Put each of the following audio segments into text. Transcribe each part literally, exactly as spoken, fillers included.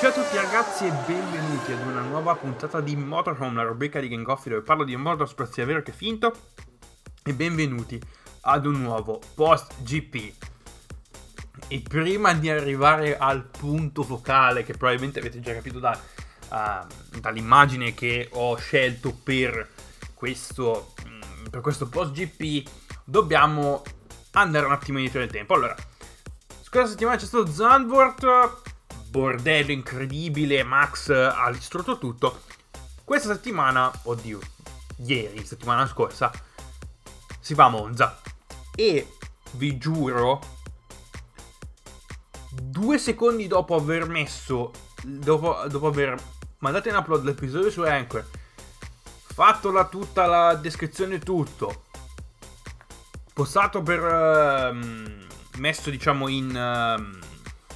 Ciao a tutti ragazzi e benvenuti ad una nuova puntata di Motorhome, la rubrica di Gang Coffee dove parlo di motorsport sia vero che finto. E benvenuti ad un nuovo post G P. E prima di arrivare al punto focale, che probabilmente avete già capito da, uh, dall'immagine che ho scelto per questo, um, per questo post G P, dobbiamo andare un attimo indietro nel tempo. Allora, scorsa settimana c'è stato Zandvoort, bordello incredibile, Max ha distrutto tutto. Questa settimana, oddio, ieri, settimana scorsa, si va a Monza. E vi giuro, due secondi dopo aver messo, dopo, dopo aver mandato in upload l'episodio su Anchor, fatto la, tutta la descrizione e tutto, postato per, uh, messo diciamo in... Uh,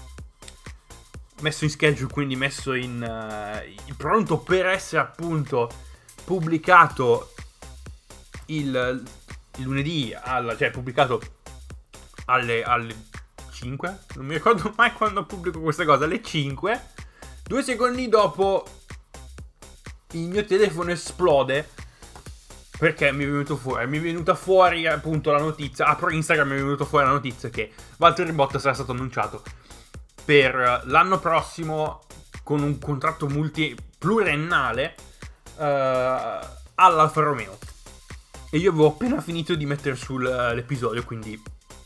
messo in schedule, quindi messo in, uh, pronto per essere appunto pubblicato il, il lunedì, alla, cioè pubblicato alle, alle cinque, non mi ricordo mai quando pubblico questa cosa, alle cinque, due secondi dopo il mio telefono esplode perché mi è venuto fuori, mi è venuta fuori appunto la notizia, apro Instagram e mi è venuto fuori la notizia che Valtteri Bottas sarà stato annunciato per l'anno prossimo con un contratto multi pluriennale uh, all'Alfa Romeo. E io avevo appena finito di mettere sull'episodio, quindi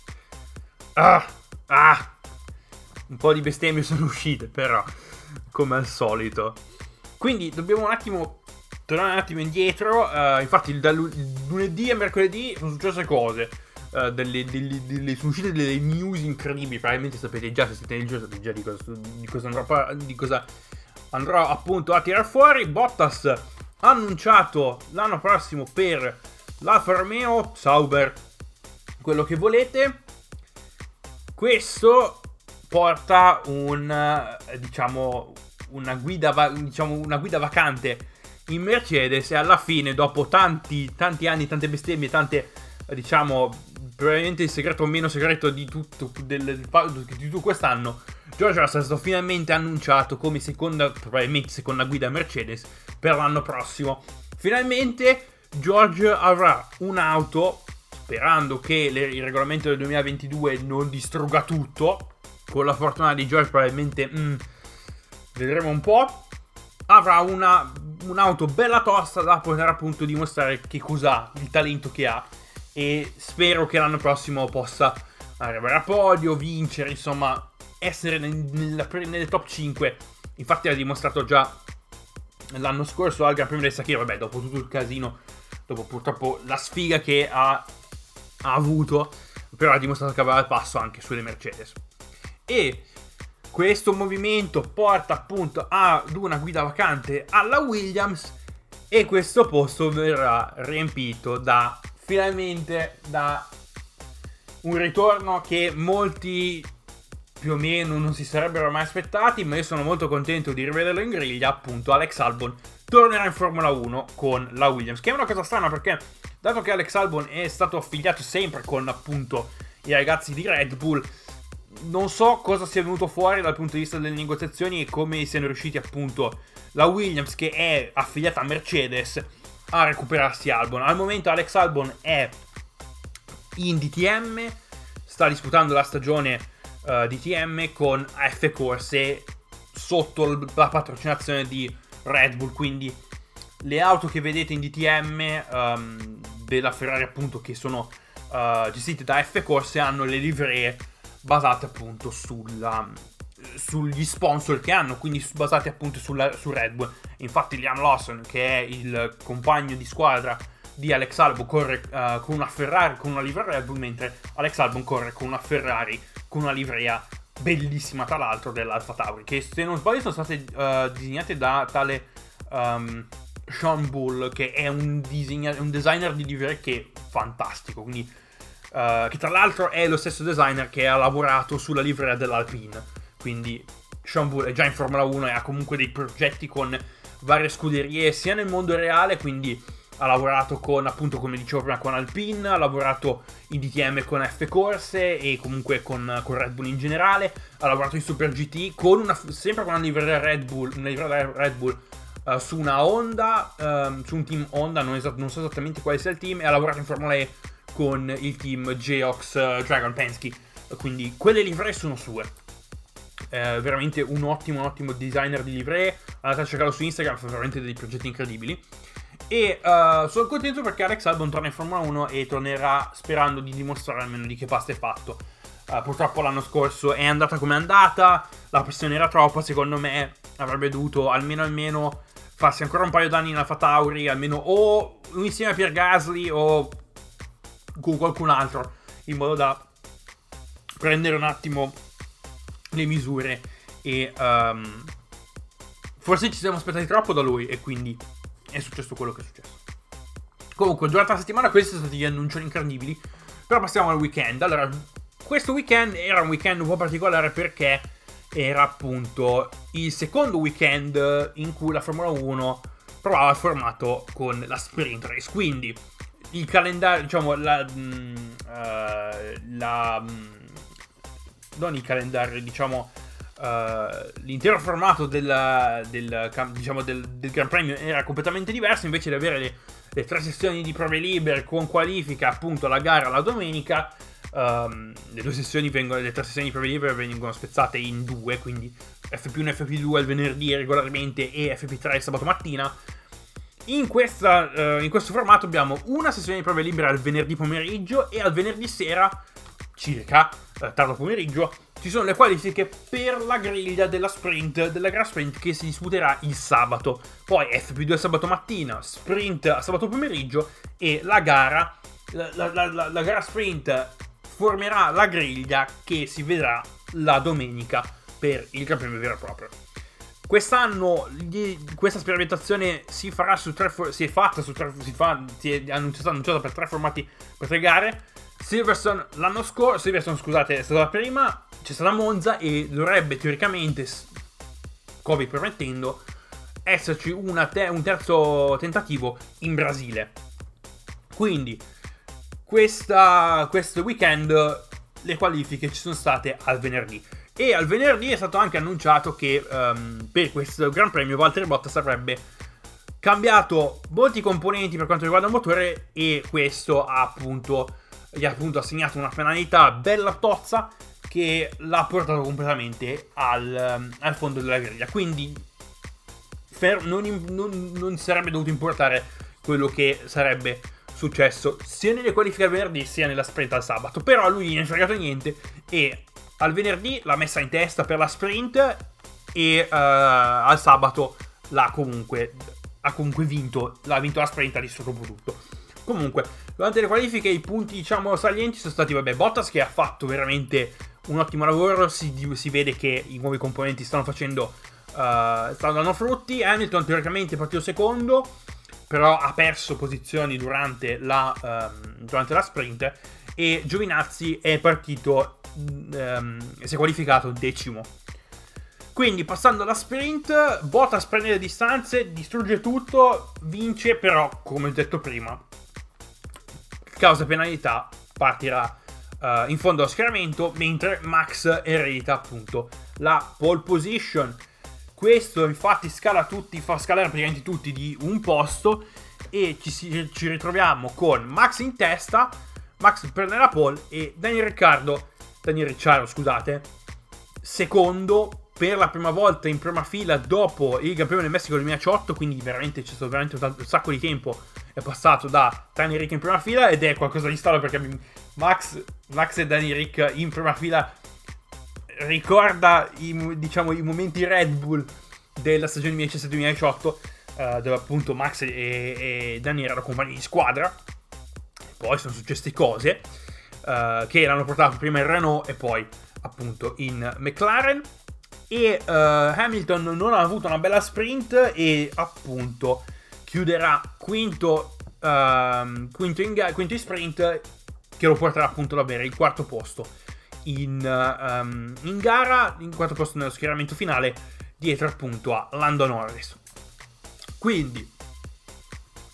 ah, ah, un po' di bestemmie sono uscite, però come al solito. Quindi dobbiamo un attimo tornare un attimo indietro. Uh, infatti da lunedì a mercoledì sono successe cose. Uh, delle, delle, delle, sono uscite delle news incredibili. Probabilmente sapete già, se siete nel giro sapete già di cosa, di cosa, andrò, di cosa andrò appunto a tirar fuori. Bottas ha annunciato l'anno prossimo per l'Alfa Romeo, Sauber, quello che volete. Questo porta un diciamo una guida va- diciamo una guida vacante in Mercedes, e alla fine, dopo tanti tanti anni, tante bestemmie, tante diciamo probabilmente il segreto meno segreto di tutto del, di tutto quest'anno, George Russell è stato finalmente annunciato come seconda, probabilmente seconda guida Mercedes per l'anno prossimo. Finalmente George avrà un'auto, sperando che le, il regolamento del duemilaventidue non distrugga tutto. Con la fortuna di George probabilmente mm, vedremo un po'. Avrà una un'auto bella tosta da poter appunto dimostrare che cos'ha, il talento che ha. E spero che l'anno prossimo possa arrivare a podio, vincere, insomma essere nel, nella, nelle top cinque. Infatti ha dimostrato già l'anno scorso al Gran Premio del Sakiro, vabbè, dopo tutto il casino, dopo purtroppo la sfiga che ha, ha avuto, però ha dimostrato che aveva il passo anche sulle Mercedes. E questo movimento porta appunto ad una guida vacante alla Williams, e questo posto verrà riempito da finalmente da un ritorno che molti più o meno non si sarebbero mai aspettati, ma io sono molto contento di rivederlo in griglia. Appunto Alex Albon tornerà in Formula uno con la Williams, che è una cosa strana perché dato che Alex Albon è stato affiliato sempre con appunto i ragazzi di Red Bull, non so cosa sia venuto fuori dal punto di vista delle negoziazioni e come siano riusciti appunto la Williams, che è affiliata a Mercedes, a recuperarsi Albon. Al momento Alex Albon è in D T M, sta disputando la stagione uh, D T M con A F Corse sotto l- la patrocinazione di Red Bull, quindi le auto che vedete in D T M um, della Ferrari appunto, che sono uh, gestite da A F Corse, hanno le livree basate appunto sulla sugli sponsor che hanno, quindi basati appunto sulla, su Red Bull. Infatti Liam Lawson, che è il compagno di squadra di Alex Albon, corre uh, con una Ferrari con una livrea Red Bull, mentre Alex Albon corre con una Ferrari con una livrea bellissima tra l'altro dell'Alfa Tauri, che se non sbaglio sono state uh, disegnate da tale um, Sean Bull, che è un, disegna- un designer di livree che è fantastico, quindi uh, che tra l'altro è lo stesso designer che ha lavorato sulla livrea dell'Alpine. Quindi Sean Bull è già in Formula uno e ha comunque dei progetti con varie scuderie sia nel mondo reale, quindi ha lavorato con, appunto, come dicevo prima, con Alpine, ha lavorato in D T M con F Corse e comunque con, con Red Bull in generale, ha lavorato in Super G T con una, sempre con una livrea Red Bull, una livrea Red Bull uh, su una Honda, um, su un team Honda, non, esat- non so esattamente quale sia il team, e ha lavorato in Formula E con il team Geox uh, Dragon Penske, quindi quelle livree sono sue. Eh, veramente un ottimo, un ottimo designer di livree. Andate a cercarlo su Instagram, fa veramente dei progetti incredibili. E uh, sono contento perché Alex Albon torna in Formula uno e tornerà sperando di dimostrare almeno di che pasta è fatto. Uh, purtroppo l'anno scorso è andata come è andata, la pressione era troppa, secondo me avrebbe dovuto almeno almeno farsi ancora un paio d'anni in AlphaTauri, almeno o insieme a Pierre Gasly o con qualcun altro, in modo da prendere un attimo le misure. E um, forse ci siamo aspettati troppo da lui e quindi è successo quello che è successo. Comunque durante la settimana questi sono stati gli annunci incredibili. Però passiamo al weekend. Allora, questo weekend era un weekend un po' particolare perché era appunto il secondo weekend in cui la Formula uno provava il formato con la sprint race. Quindi il calendario, diciamo la, mh, uh, la mh, non il calendario, diciamo uh, l'intero formato del, del, diciamo del, del Gran Premio era completamente diverso. Invece di avere le, le tre sessioni di prove libere con qualifica, appunto la gara la domenica, um, le due sessioni vengono, le tre sessioni di prove libere vengono spezzate in due, quindi F P uno e F P due il venerdì regolarmente e F P tre il sabato mattina. In, questa, uh, in questo formato abbiamo una sessione di prove libere al venerdì pomeriggio e al venerdì sera circa, eh, tardo pomeriggio, ci sono le qualifiche per la griglia della sprint, della gara sprint che si disputerà il sabato. Poi F P due sabato mattina, sprint sabato pomeriggio e la gara, la, la, la, la gara sprint formerà la griglia che si vedrà la domenica per il Gran Premio vero e proprio. Quest'anno gli, questa sperimentazione si farà su tre, si è fatta su tre, si fa, si è annunciata, annunciata per tre formati, per tre gare. Silverstone l'anno scorso, Silverstone scusate, è stata la prima, c'è stata Monza e dovrebbe teoricamente, Covid permettendo, esserci una te- un terzo tentativo in Brasile. Quindi questa, questo weekend le qualifiche ci sono state al venerdì. E al venerdì è stato anche annunciato che um, per questo Gran Premio Valtteri Bottas avrebbe cambiato molti componenti per quanto riguarda il motore e questo ha appunto, gli ha appunto assegnato una penalità bella tozza che l'ha portato completamente al, al fondo della griglia. Quindi fer- non, non, non sarebbe dovuto importare quello che sarebbe successo sia nelle qualifiche al venerdì sia nella sprint al sabato. Però a lui non è fregato niente e al venerdì l'ha messa in testa per la sprint e uh, al sabato l'ha comunque, ha comunque vinto, l'ha vinto la sprint, ha distrutto tutto. Comunque, durante le qualifiche i punti, diciamo, salienti sono stati, vabbè, Bottas che ha fatto veramente un ottimo lavoro, si, si vede che i nuovi componenti stanno facendo, uh, stanno dando frutti. Hamilton teoricamente è partito secondo, però ha perso posizioni durante la, um, durante la sprint, e Giovinazzi è partito, um, si è qualificato decimo. Quindi passando alla sprint, Bottas prende le distanze, distrugge tutto, vince, però come ho detto prima, causa penalità, partirà uh, in fondo allo schieramento, mentre Max eredita appunto la pole position. Questo infatti scala tutti, fa scalare praticamente tutti di un posto e ci, si, ci ritroviamo con Max in testa, Max prende la pole e Daniel Ricciardo, Daniel Ricciardo scusate, secondo per la prima volta in prima fila dopo il Gran Premio del Messico duemiladiciotto, quindi veramente c'è stato veramente un, un sacco di tempo è passato da Daniel Rick in prima fila, ed è qualcosa di strano perché Max, Max e Daniel Rick in prima fila ricorda i, diciamo, i momenti Red Bull della stagione duemiladiciassette duemiladiciotto, uh, dove appunto Max e, e Daniel erano compagni di squadra. Poi sono successe cose uh, che l'hanno portato prima in Renault e poi appunto in McLaren, e uh, Hamilton non ha avuto una bella sprint e appunto chiuderà quinto, uh, quinto, in ga- quinto in sprint, che lo porterà appunto ad avere il quarto posto in, uh, um, in gara, il quarto posto nello schieramento finale, dietro appunto a Lando Norris. Quindi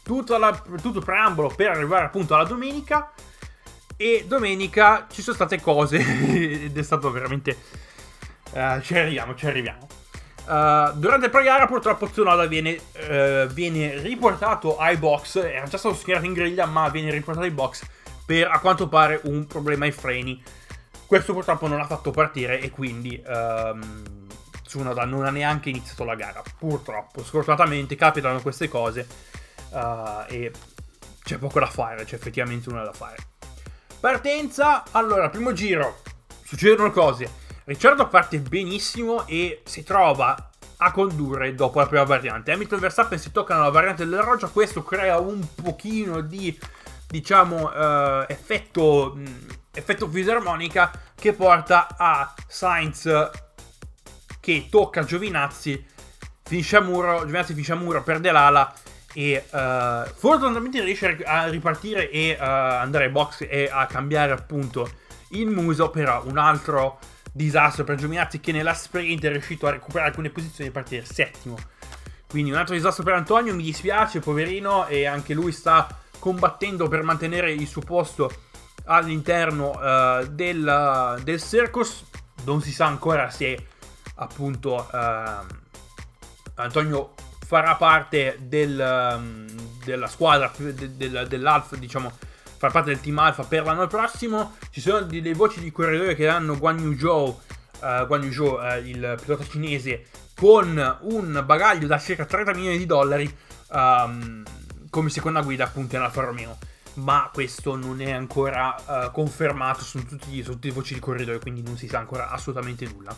tutto, la, tutto il preambolo per arrivare appunto alla domenica. E domenica ci sono state cose ed è stato veramente uh, ci arriviamo, ci arriviamo uh, durante il pre-gara purtroppo Tsunoda viene, uh, viene riportato ai box. Era già stato schierato in griglia, ma viene riportato ai box per a quanto pare un problema ai freni. Questo purtroppo non l'ha fatto partire e quindi um, Tsunoda non ha neanche iniziato la gara, purtroppo. Sfortunatamente capitano queste cose uh, e c'è poco da fare, c'è effettivamente nulla da fare. Partenza, allora, primo giro, succedono cose. Ricciardo parte benissimo e si trova a condurre dopo la prima variante. Hamilton e Verstappen si toccano la variante della roggia, questo crea un pochino di, diciamo, uh, effetto, mh, effetto fisarmonica che porta a Sainz che tocca Giovinazzi, finisce a muro, Giovinazzi finisce a muro, perde l'ala e uh, fortunatamente riesce a ripartire e uh, andare ai box e a cambiare appunto il muso. Però un altro disastro per Giovinazzi che nella sprint è riuscito a recuperare alcune posizioni e partire settimo, quindi un altro disastro per Antonio. Mi dispiace, poverino, e anche lui sta combattendo per mantenere il suo posto all'interno uh, del, del Circus. Non si sa ancora se appunto uh, Antonio farà parte del, um, della squadra de, de, dell'Alfa, diciamo, farà parte del team Alfa per l'anno prossimo. Ci sono delle voci di corridoio che danno Guan Yu Zhou, uh, Guan Yu Zhou uh, il pilota cinese, con un bagaglio da circa trenta milioni di dollari um, come seconda guida appunto in Alfa Romeo, ma questo non è ancora uh, confermato. Sono tutti, sono tutte voci di corridoio, quindi non si sa ancora assolutamente nulla.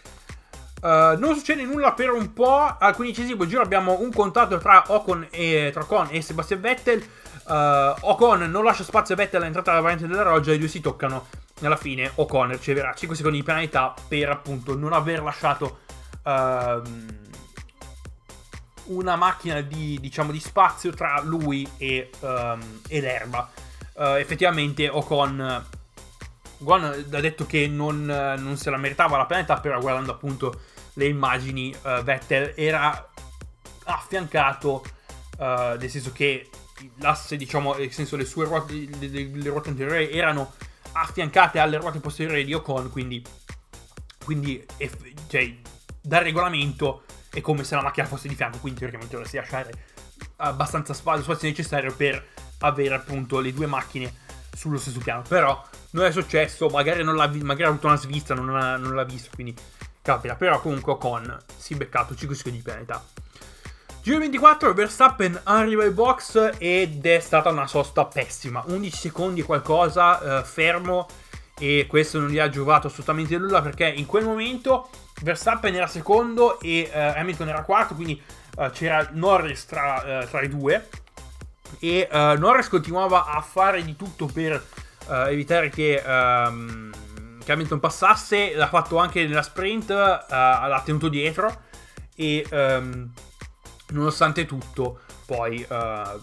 Uh, non succede nulla per un po'. Al quindicesimo giro abbiamo un contatto tra Ocon e, tra Ocon e Sebastian Vettel. uh, Ocon non lascia spazio a Vettel all'entrata della variante della roggia e i due si toccano. Alla fine Ocon riceverà cinque secondi di penalità per appunto non aver lasciato uh, una macchina di, diciamo, di spazio tra lui e, um, e l'erba. uh, Effettivamente Ocon Ocon ha detto che non, non se la meritava la penalità, però guardando appunto le immagini uh, Vettel era affiancato, uh, nel senso che l'asse, diciamo, nel senso le sue ruote, le, le, le ruote anteriori erano affiancate alle ruote posteriori di Ocon, quindi, quindi eff- cioè, dal regolamento è come se la macchina fosse di fianco, quindi teoricamente dovresti lasciare abbastanza spazio, spazio necessario per avere appunto le due macchine sullo stesso piano. Però non è successo, magari non l'ha vi- magari ha avuto una svista, non, ha, non l'ha visto, quindi capita. Però comunque Ocon si è beccato cinque secondi di penalità. Giro ventiquattro, Verstappen arriva ai box ed è stata una sosta pessima, undici secondi qualcosa eh, fermo, e questo non gli ha giovato assolutamente nulla, perché in quel momento Verstappen era secondo e eh, Hamilton era quarto, quindi eh, c'era Norris tra, eh, tra i due, e eh, Norris continuava a fare di tutto per eh, evitare che, ehm, che Hamilton passasse. L'ha fatto anche nella sprint, eh, l'ha tenuto dietro e ehm, nonostante tutto poi uh,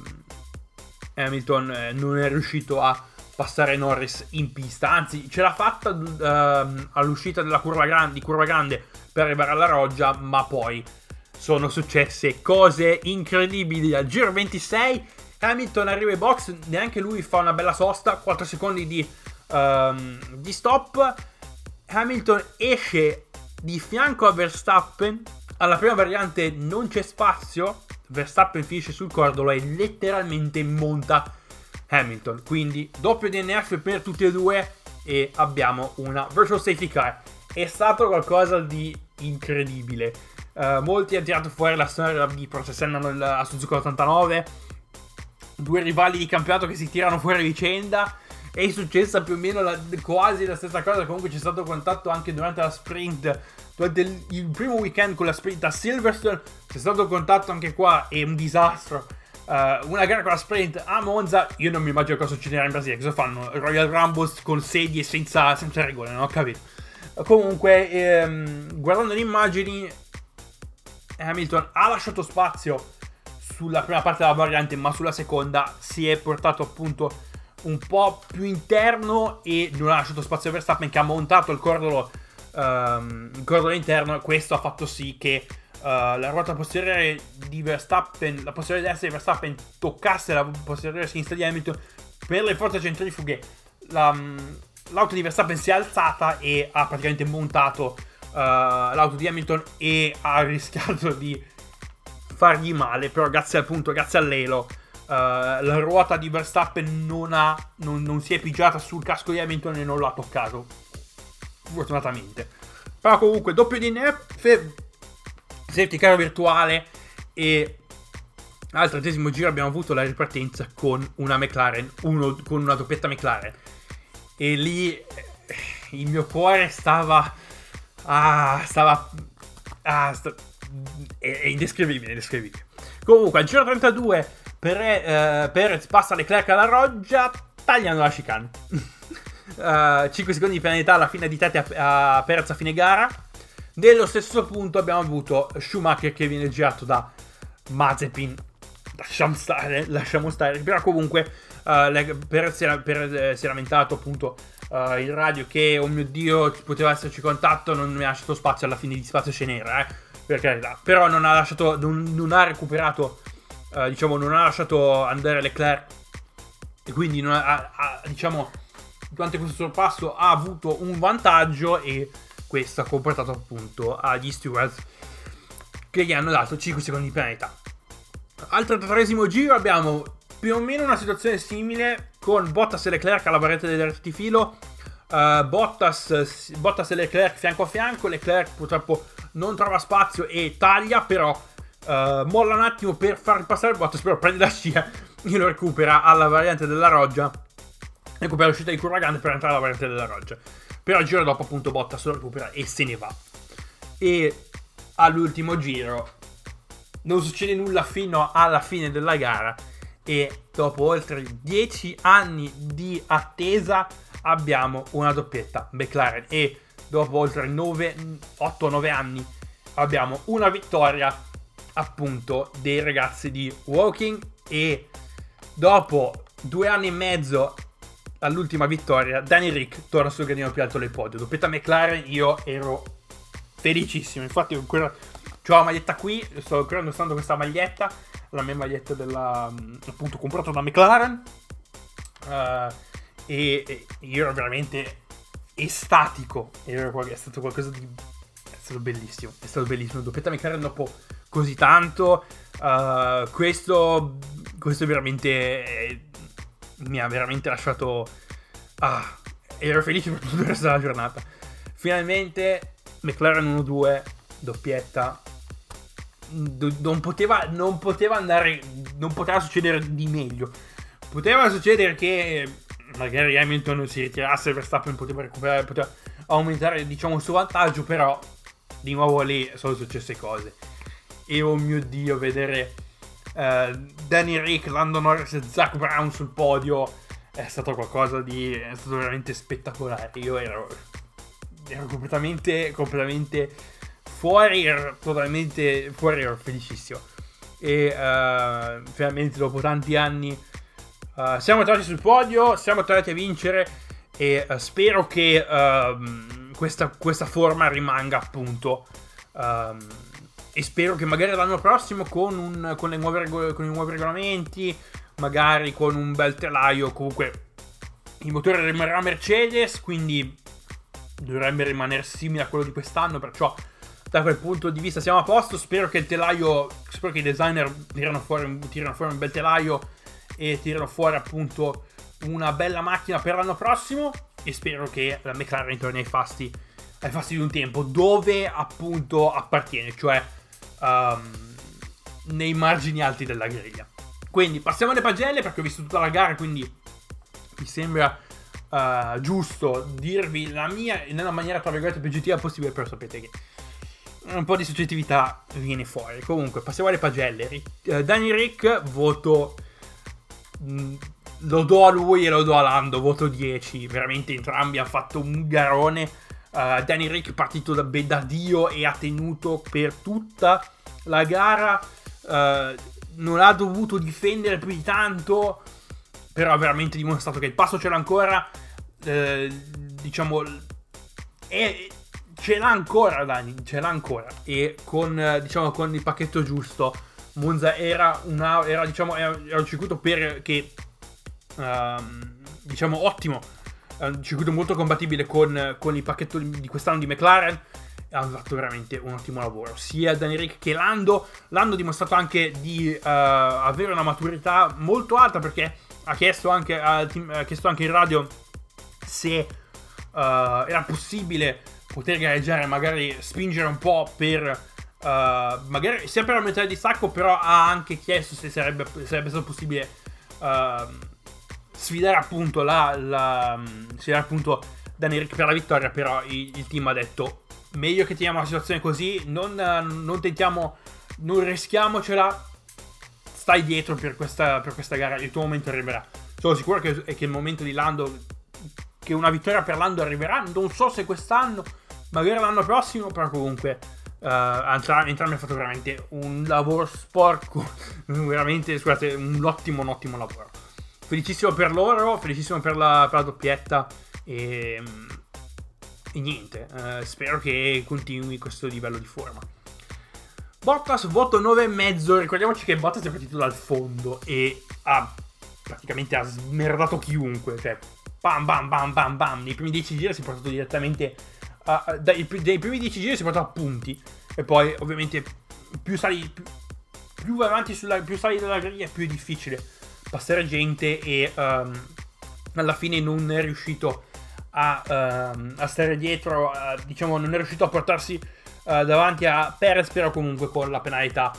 Hamilton eh, non è riuscito a passare Norris in pista, anzi ce l'ha fatta uh, all'uscita della curva grande, di curva grande per arrivare alla roggia, ma poi sono successe cose incredibili. Al giro ventisei Hamilton arriva ai box, neanche lui fa una bella sosta, quattro secondi di, um, di stop. Hamilton esce di fianco a Verstappen. Alla prima variante non c'è spazio, Verstappen finisce sul cordolo e letteralmente monta Hamilton, quindi doppio D N F per tutti e due e abbiamo una virtual safety car. È stato qualcosa di incredibile. Uh, molti hanno tirato fuori la storia di Prost e Senna a Suzuka ottantanove, due rivali di campionato che si tirano fuori a vicenda. È successa più o meno la, quasi la stessa cosa. Comunque c'è stato contatto anche durante la sprint, durante il, il primo weekend con la sprint a Silverstone. C'è stato contatto anche qua, è un disastro. Uh, una gara con la sprint a Monza, io non mi immagino cosa succederà in Brasile. Cosa fanno? Royal Rumbles con sedie senza, senza regole, non ho capito. Comunque ehm, guardando le immagini, Hamilton ha lasciato spazio sulla prima parte della variante, ma sulla seconda si è portato appunto un po' più interno e non ha lasciato spazio a Verstappen, che ha montato il cordolo um, il cordolo interno. Questo ha fatto sì che la ruota posteriore di Verstappen, la posteriore destra di Verstappen toccasse la posteriore sinistra di Hamilton, per le forze centrifughe la, l'auto di Verstappen si è alzata e ha praticamente montato uh, l'auto di Hamilton e ha rischiato di fargli male, però grazie al punto, grazie all'elo, uh, la ruota di Verstappen non, ha, non, non si è pigiata sul casco di Hamilton e non l'ha toccato, fortunatamente. Però comunque doppio D N F, safety car virtuale, e al trentesimo giro abbiamo avuto la ripartenza con una McLaren, uno, con una doppietta McLaren, e lì eh, il mio cuore stava ah, stava ah, sta, è, è indescrivibile, indescrivibile. Comunque al giro trentadue Perez, eh, Perez passa Leclerc alla roggia tagliando la chicane. uh, cinque secondi di penalità alla fine di tette a, a Perez a fine gara. Nello stesso punto abbiamo avuto Schumacher che viene girato da Mazepin. Lasciamo stare, lasciamo stare. Però comunque uh, Perez si era, Perez si è lamentato appunto uh, in radio che, oh mio Dio, poteva esserci contatto, non mi ha lasciato spazio alla fine di spazio scenera, eh, per carità. Però non ha lasciato, non, non ha recuperato, uh, diciamo, non ha lasciato andare Leclerc, e quindi non ha, ha, diciamo, durante questo sorpasso ha avuto un vantaggio, e questo ha comportato appunto agli stewards che gli hanno dato cinque secondi di penalità. Al trentatreesimo giro abbiamo più o meno una situazione simile con Bottas e Leclerc alla barriera del rettifilo. uh, Bottas, Bottas e Leclerc fianco a fianco. Leclerc purtroppo non trova spazio e taglia, però uh, molla un attimo per far passare Bottas, però prende la scia e lo recupera alla variante della roggia, recupera l'uscita di curva grande per entrare alla variante della roggia. Però il giro dopo appunto Bottas lo recupera e se ne va. E all'ultimo giro non succede nulla fino alla fine della gara, e dopo oltre dieci anni di attesa abbiamo una doppietta McLaren, e dopo oltre otto nove anni abbiamo una vittoria appunto dei ragazzi di Woking, e dopo due anni e mezzo all'ultima vittoria Danny Rick torna sul gradino più alto del podio, doppietta McLaren. Io ero felicissimo, infatti ancora c'ho la maglietta qui, sto ancora indossando questa maglietta, la mia maglietta della, appunto, comprata da McLaren, uh, e, e io ero veramente estatico, era, è stato qualcosa di, è stato bellissimo, è stato bellissimo, doppietta McLaren dopo così tanto, uh, questo, questo veramente eh, mi ha veramente lasciato, ah, ero felice per tutto il resto della giornata. Finalmente McLaren uno due, doppietta. Non poteva, non poteva andare, non poteva succedere di meglio. Poteva succedere che magari Hamilton si ritirasse, Verstappen poteva recuperare, poteva aumentare, diciamo, il suo vantaggio, però di nuovo lì sono successe cose. E oh mio Dio, vedere uh, Danny Rick, Lando Norris e Zach Brown sul podio è stato qualcosa di, è stato veramente spettacolare. Io ero ero completamente completamente fuori, ero totalmente fuori, ero felicissimo. E uh, finalmente dopo tanti anni uh, siamo tornati sul podio, siamo tornati a vincere, e uh, spero che uh, questa, questa forma rimanga appunto, um, e spero che magari l'anno prossimo con, un, con, le nuove regole, con i nuovi regolamenti, magari con un bel telaio, comunque il motore rimarrà Mercedes, quindi dovrebbe rimanere simile a quello di quest'anno, perciò da quel punto di vista siamo a posto. Spero che il telaio, spero che i designer tirano fuori, tirano fuori un bel telaio e tirano fuori appunto una bella macchina per l'anno prossimo, e spero che la McLaren torni ai fasti, ai fasti di un tempo dove appunto appartiene, cioè um, nei margini alti della griglia. Quindi passiamo alle pagelle, perché ho visto tutta la gara, quindi mi sembra uh, giusto dirvi la mia nella maniera tra virgolette più oggettiva possibile, però sapete che un po' di soggettività viene fuori. Comunque passiamo alle pagelle. uh, Danny Rick, voto mh, lo do a lui e lo do a Lando, voto dieci, veramente entrambi hanno fatto un garone. uh, Danny Rick partito da, da Dio e ha tenuto per tutta la gara, uh, non ha dovuto difendere più di tanto, però ha veramente dimostrato che il passo c'era ancora, eh, diciamo, è, ce l'ha ancora Dani, ce l'ha ancora, e con diciamo con il pacchetto giusto Monza era una era diciamo era, era un circuito per che uh, diciamo ottimo, un circuito molto compatibile con, con il pacchetto di quest'anno di McLaren. Hanno fatto veramente un ottimo lavoro sia Daniel Rick che Lando. Lando ha dimostrato anche di uh, avere una maturità molto alta, perché ha chiesto anche, ha chiesto anche in radio se uh, era possibile poter gareggiare, magari spingere un po' per uh, magari sia per aumentare il distacco, però ha anche chiesto se sarebbe, sarebbe stato possibile uh, sfidare appunto la, la sfidare appunto Daniel Rick per la vittoria. Però il, il team ha detto meglio che teniamo la situazione così, non, non tentiamo, non rischiamocela, stai dietro per questa, per questa gara, il tuo momento arriverà. Sono sicuro che, che il momento di Lando, che una vittoria per Lando arriverà, non so se quest'anno, magari l'anno prossimo, però comunque uh, entrambi hanno fatto veramente un lavoro sporco, veramente, scusate, un ottimo, un ottimo lavoro. Felicissimo per loro, felicissimo per la, per la doppietta e... E niente, eh, spero che continui questo livello di forma. Bottas voto nove e mezzo. Ricordiamoci che Bottas è partito dal fondo e ha praticamente ha smerdato chiunque. Cioè, bam bam bam bam bam. Nei primi dieci giri si è portato direttamente a, a, dai, dai primi dieci giri si è portato a punti. E poi ovviamente più sali più, più vai avanti sulla, più sali dalla griglia, più è difficile passare gente. E um, alla fine non è riuscito A, uh, a stare dietro, uh, diciamo non è riuscito a portarsi uh, davanti a Perez, però comunque con la penalità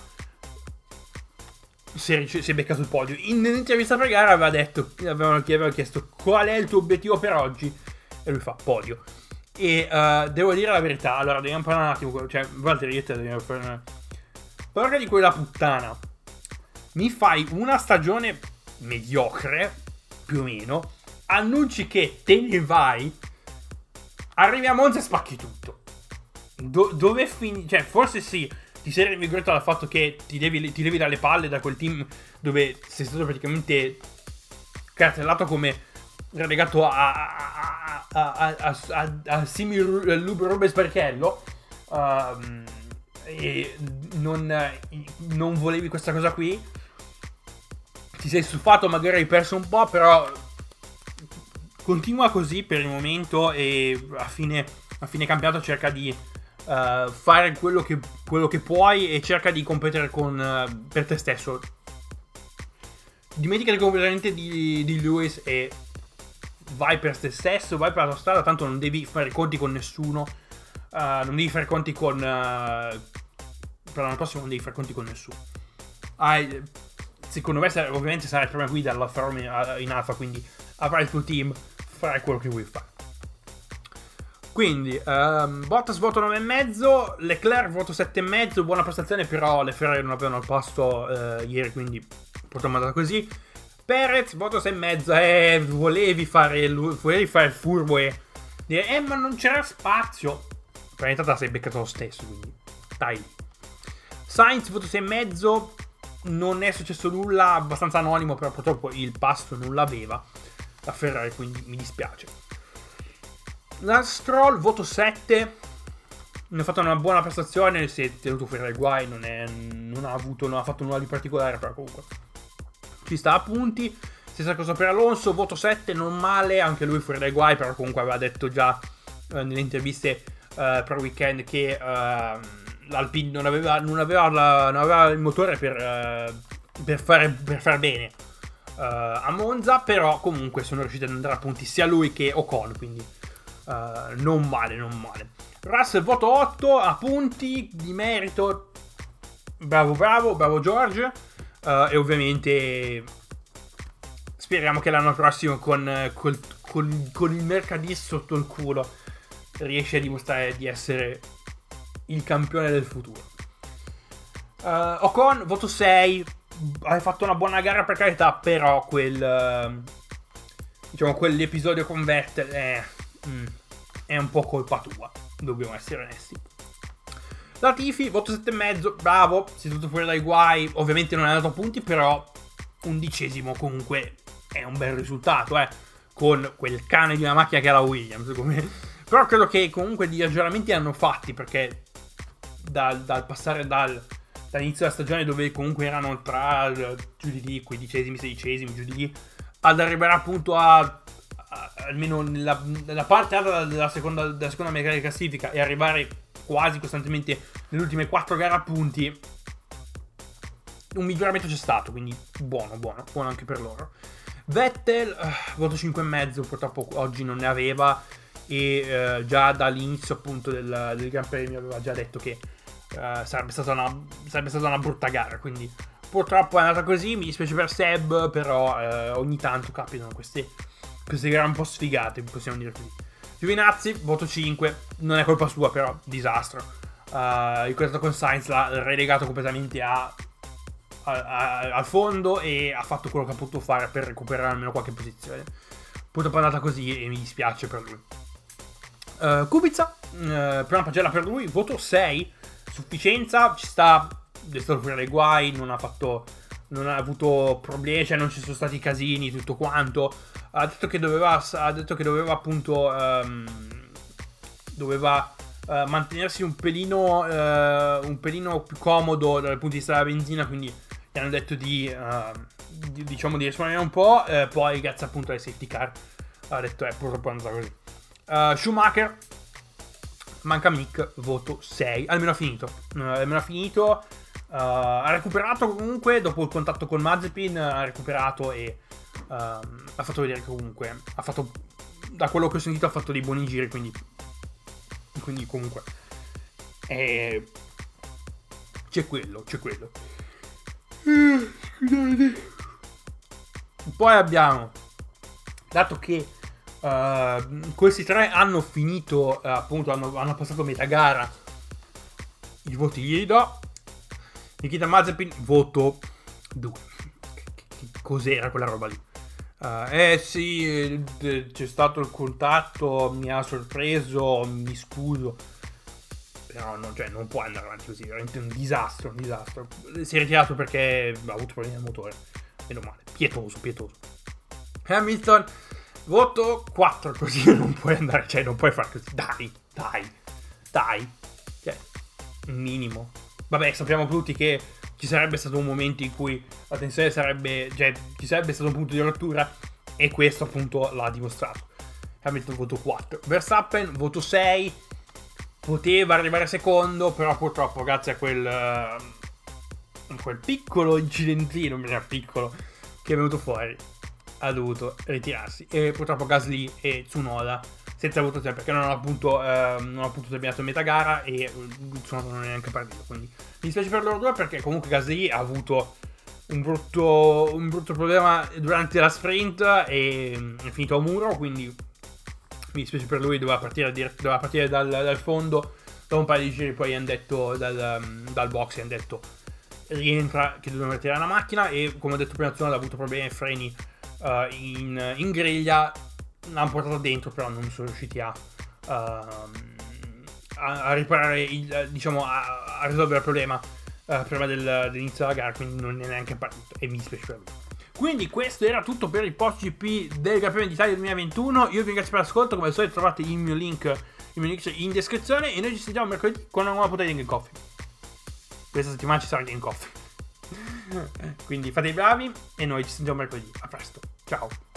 si è, si è beccato il podio. In un'intervista per gara aveva detto, avevano, aveva chiesto qual è il tuo obiettivo per oggi e lui fa podio. E uh, devo dire la verità, allora dobbiamo parlare un attimo, cioè Valtteri, io te dobbiamo fare porca di quella puttana, mi fai una stagione mediocre più o meno, annunci che te ne vai, arrivi a Monza e spacchi tutto. Do- dove fini? Cioè, forse sì, ti sei rinvigorato dal fatto che ti devi, ti levi dalle palle da quel team dove sei stato praticamente cartellato come relegato a a, a, a, a, a, a simil Rube Sbarichello, um, e non, non volevi questa cosa qui, ti sei stufato, magari hai perso un po', però continua così per il momento e a fine, a fine campionato cerca di uh, fare quello che, quello che puoi e cerca di competere con, uh, per te stesso. Dimenticati completamente di, di Lewis e vai per te stesso, vai per la tua strada, tanto non devi fare conti con nessuno, uh, non devi fare conti con... Uh, per l'anno prossimo non devi fare conti con nessuno. Hai, secondo me ovviamente sarai prima guida alla Ferrari in Alfa, quindi avrai il tuo team, farai quello che vuoi fare. Quindi um, Bottas voto nove e mezzo, Leclerc voto sette e mezzo, buona prestazione, però le Ferrari non avevano il posto uh, ieri, quindi potremmo andare così. Perez voto sei e mezzo, eh, volevi fare volevi fare il furbo e dire eh ma non c'era spazio, per in realtà sei beccato lo stesso, quindi dai. Sainz voto sei e mezzo, non è successo nulla, abbastanza anonimo, però purtroppo il passo non l'aveva la Ferrari, quindi mi dispiace. La Stroll voto sette, non ha fatto una buona prestazione, si è tenuto fuori dai guai, non, è, non ha avuto, non ha fatto nulla di particolare, però comunque ci sta a punti. Stessa cosa per Alonso, voto sette, non male, anche lui fuori dai guai, però comunque aveva detto già eh, nelle interviste eh, per weekend che eh, l'Alpine non aveva, non aveva, la, non aveva il motore per, eh, per, fare, per fare bene eh, a Monza, però comunque sono riusciti ad andare a punti sia lui che Ocon, quindi eh, non male, non male. Russell voto otto, a punti di merito, bravo bravo, bravo George. Uh, e ovviamente speriamo che l'anno prossimo con, col, con, con il Mercedes sotto il culo riesce a dimostrare di essere il campione del futuro. uh, Ocon voto sei, hai fatto una buona gara per carità, però quel uh, diciamo quell'episodio con Vettel è, mm, è un po' colpa tua, dobbiamo essere onesti. Latifi, voto sette e mezzo, bravo, si è tutto fuori dai guai, ovviamente non è andato a punti, però undicesimo comunque è un bel risultato, eh, con quel cane di una macchina che è la Williams, come, Però credo che comunque di aggiornamenti hanno fatti, perché dal, dal passare dal, dall'inizio della stagione, dove comunque erano tra giù di lì, quindicesimi, sedicesimi, giù di lì, ad arrivare appunto a, a almeno nella, nella parte alta della seconda, della seconda metà di classifica e arrivare quasi costantemente nelle ultime quattro gare a punti, un miglioramento c'è stato, quindi buono, buono, buono anche per loro. Vettel, uh, voto cinque e mezzo, purtroppo oggi non ne aveva, e uh, già dall'inizio appunto del, del Gran Premio aveva già detto che uh, sarebbe, stata una, sarebbe stata una brutta gara, quindi purtroppo è andata così. Mi dispiace per Seb, però uh, ogni tanto capitano queste, queste gare un po' sfigate, possiamo dire così. Giovinazzi, voto cinque, non è colpa sua, però disastro. Uh, il questo con Sainz l'ha relegato completamente a A, a, al fondo, e ha fatto quello che ha potuto fare per recuperare almeno qualche posizione. Purtroppo è andata così e mi dispiace per lui. uh, Kubica, uh, prima pagella per lui, voto sei, sufficienza, ci sta, è stato fuori dai guai, non ha fatto, non ha avuto problemi, cioè non ci sono stati casini, tutto quanto. Ha detto che doveva, ha detto che doveva appunto um, doveva uh, mantenersi un pelino uh, un pelino più comodo dal punto di vista della benzina, quindi gli hanno detto di, uh, di diciamo di risparmiare un po', eh, poi grazie appunto ai safety car ha detto è purtroppo è andata così. uh, Schumacher, manca Mick, voto sei, almeno ha finito, uh, almeno ha finito, uh, ha recuperato comunque dopo il contatto con Mazepin, ha recuperato e uh, ha fatto vedere che comunque ha fatto, da quello che ho sentito, ha fatto dei buoni giri, quindi quindi comunque eh, c'è quello, c'è quello. Scusate. Poi abbiamo, dato che uh, questi tre hanno finito, uh, appunto hanno, hanno passato metà gara, i voti gli do. Nikita Mazepin, voto due. Che cos'era quella roba lì? Uh, eh sì, c'è stato il contatto, mi ha sorpreso, mi scuso, però non, cioè, non può andare avanti così, veramente un disastro, un disastro. Si è ritirato perché ha avuto problemi al motore, meno male, pietoso, pietoso. Hamilton, voto quattro, così non puoi andare, cioè non puoi fare così, dai, dai, dai, cioè, un minimo. Vabbè, sappiamo tutti che ci sarebbe stato un momento in cui la tensione sarebbe, cioè ci sarebbe stato un punto di rottura, e questo appunto l'ha dimostrato. Hamilton voto quattro, Verstappen voto sei, poteva arrivare secondo, però purtroppo grazie a quel uh, quel piccolo incidentino, non era piccolo, che è venuto fuori, ha dovuto ritirarsi, e purtroppo Gasly e Tsunoda senza votazione, perché non ha appunto uh, non ha appunto terminato in metà gara, e Tsunoda non è neanche partito, quindi mi dispiace per loro due, perché comunque Gasly ha avuto un brutto, un brutto problema durante la sprint e è finito a muro, quindi mi dispiace per lui, doveva partire, doveva partire dal, dal fondo, dopo un paio di giri poi hanno detto dal, dal box, hanno detto rientra che dobbiamo ritirare la macchina, e come ho detto prima Tsunoda ha avuto problemi ai freni uh, in, in griglia, l'hanno portato dentro, però non sono riusciti a... Uh, a riparare il, diciamo a, a risolvere il problema uh, prima del, dell'inizio della gara, quindi non è neanche partito, e mi dispiace per lui. Quindi questo era tutto per il post G P del Gran Premio d'Italia duemilaventuno. Io vi ringrazio per l'ascolto, come al solito trovate il mio link, il mio link in descrizione, e noi ci sentiamo mercoledì con una nuova puntata di Game Coffee. Questa settimana ci sarà Game Coffee. Quindi fate i bravi e noi ci sentiamo mercoledì. A presto, ciao.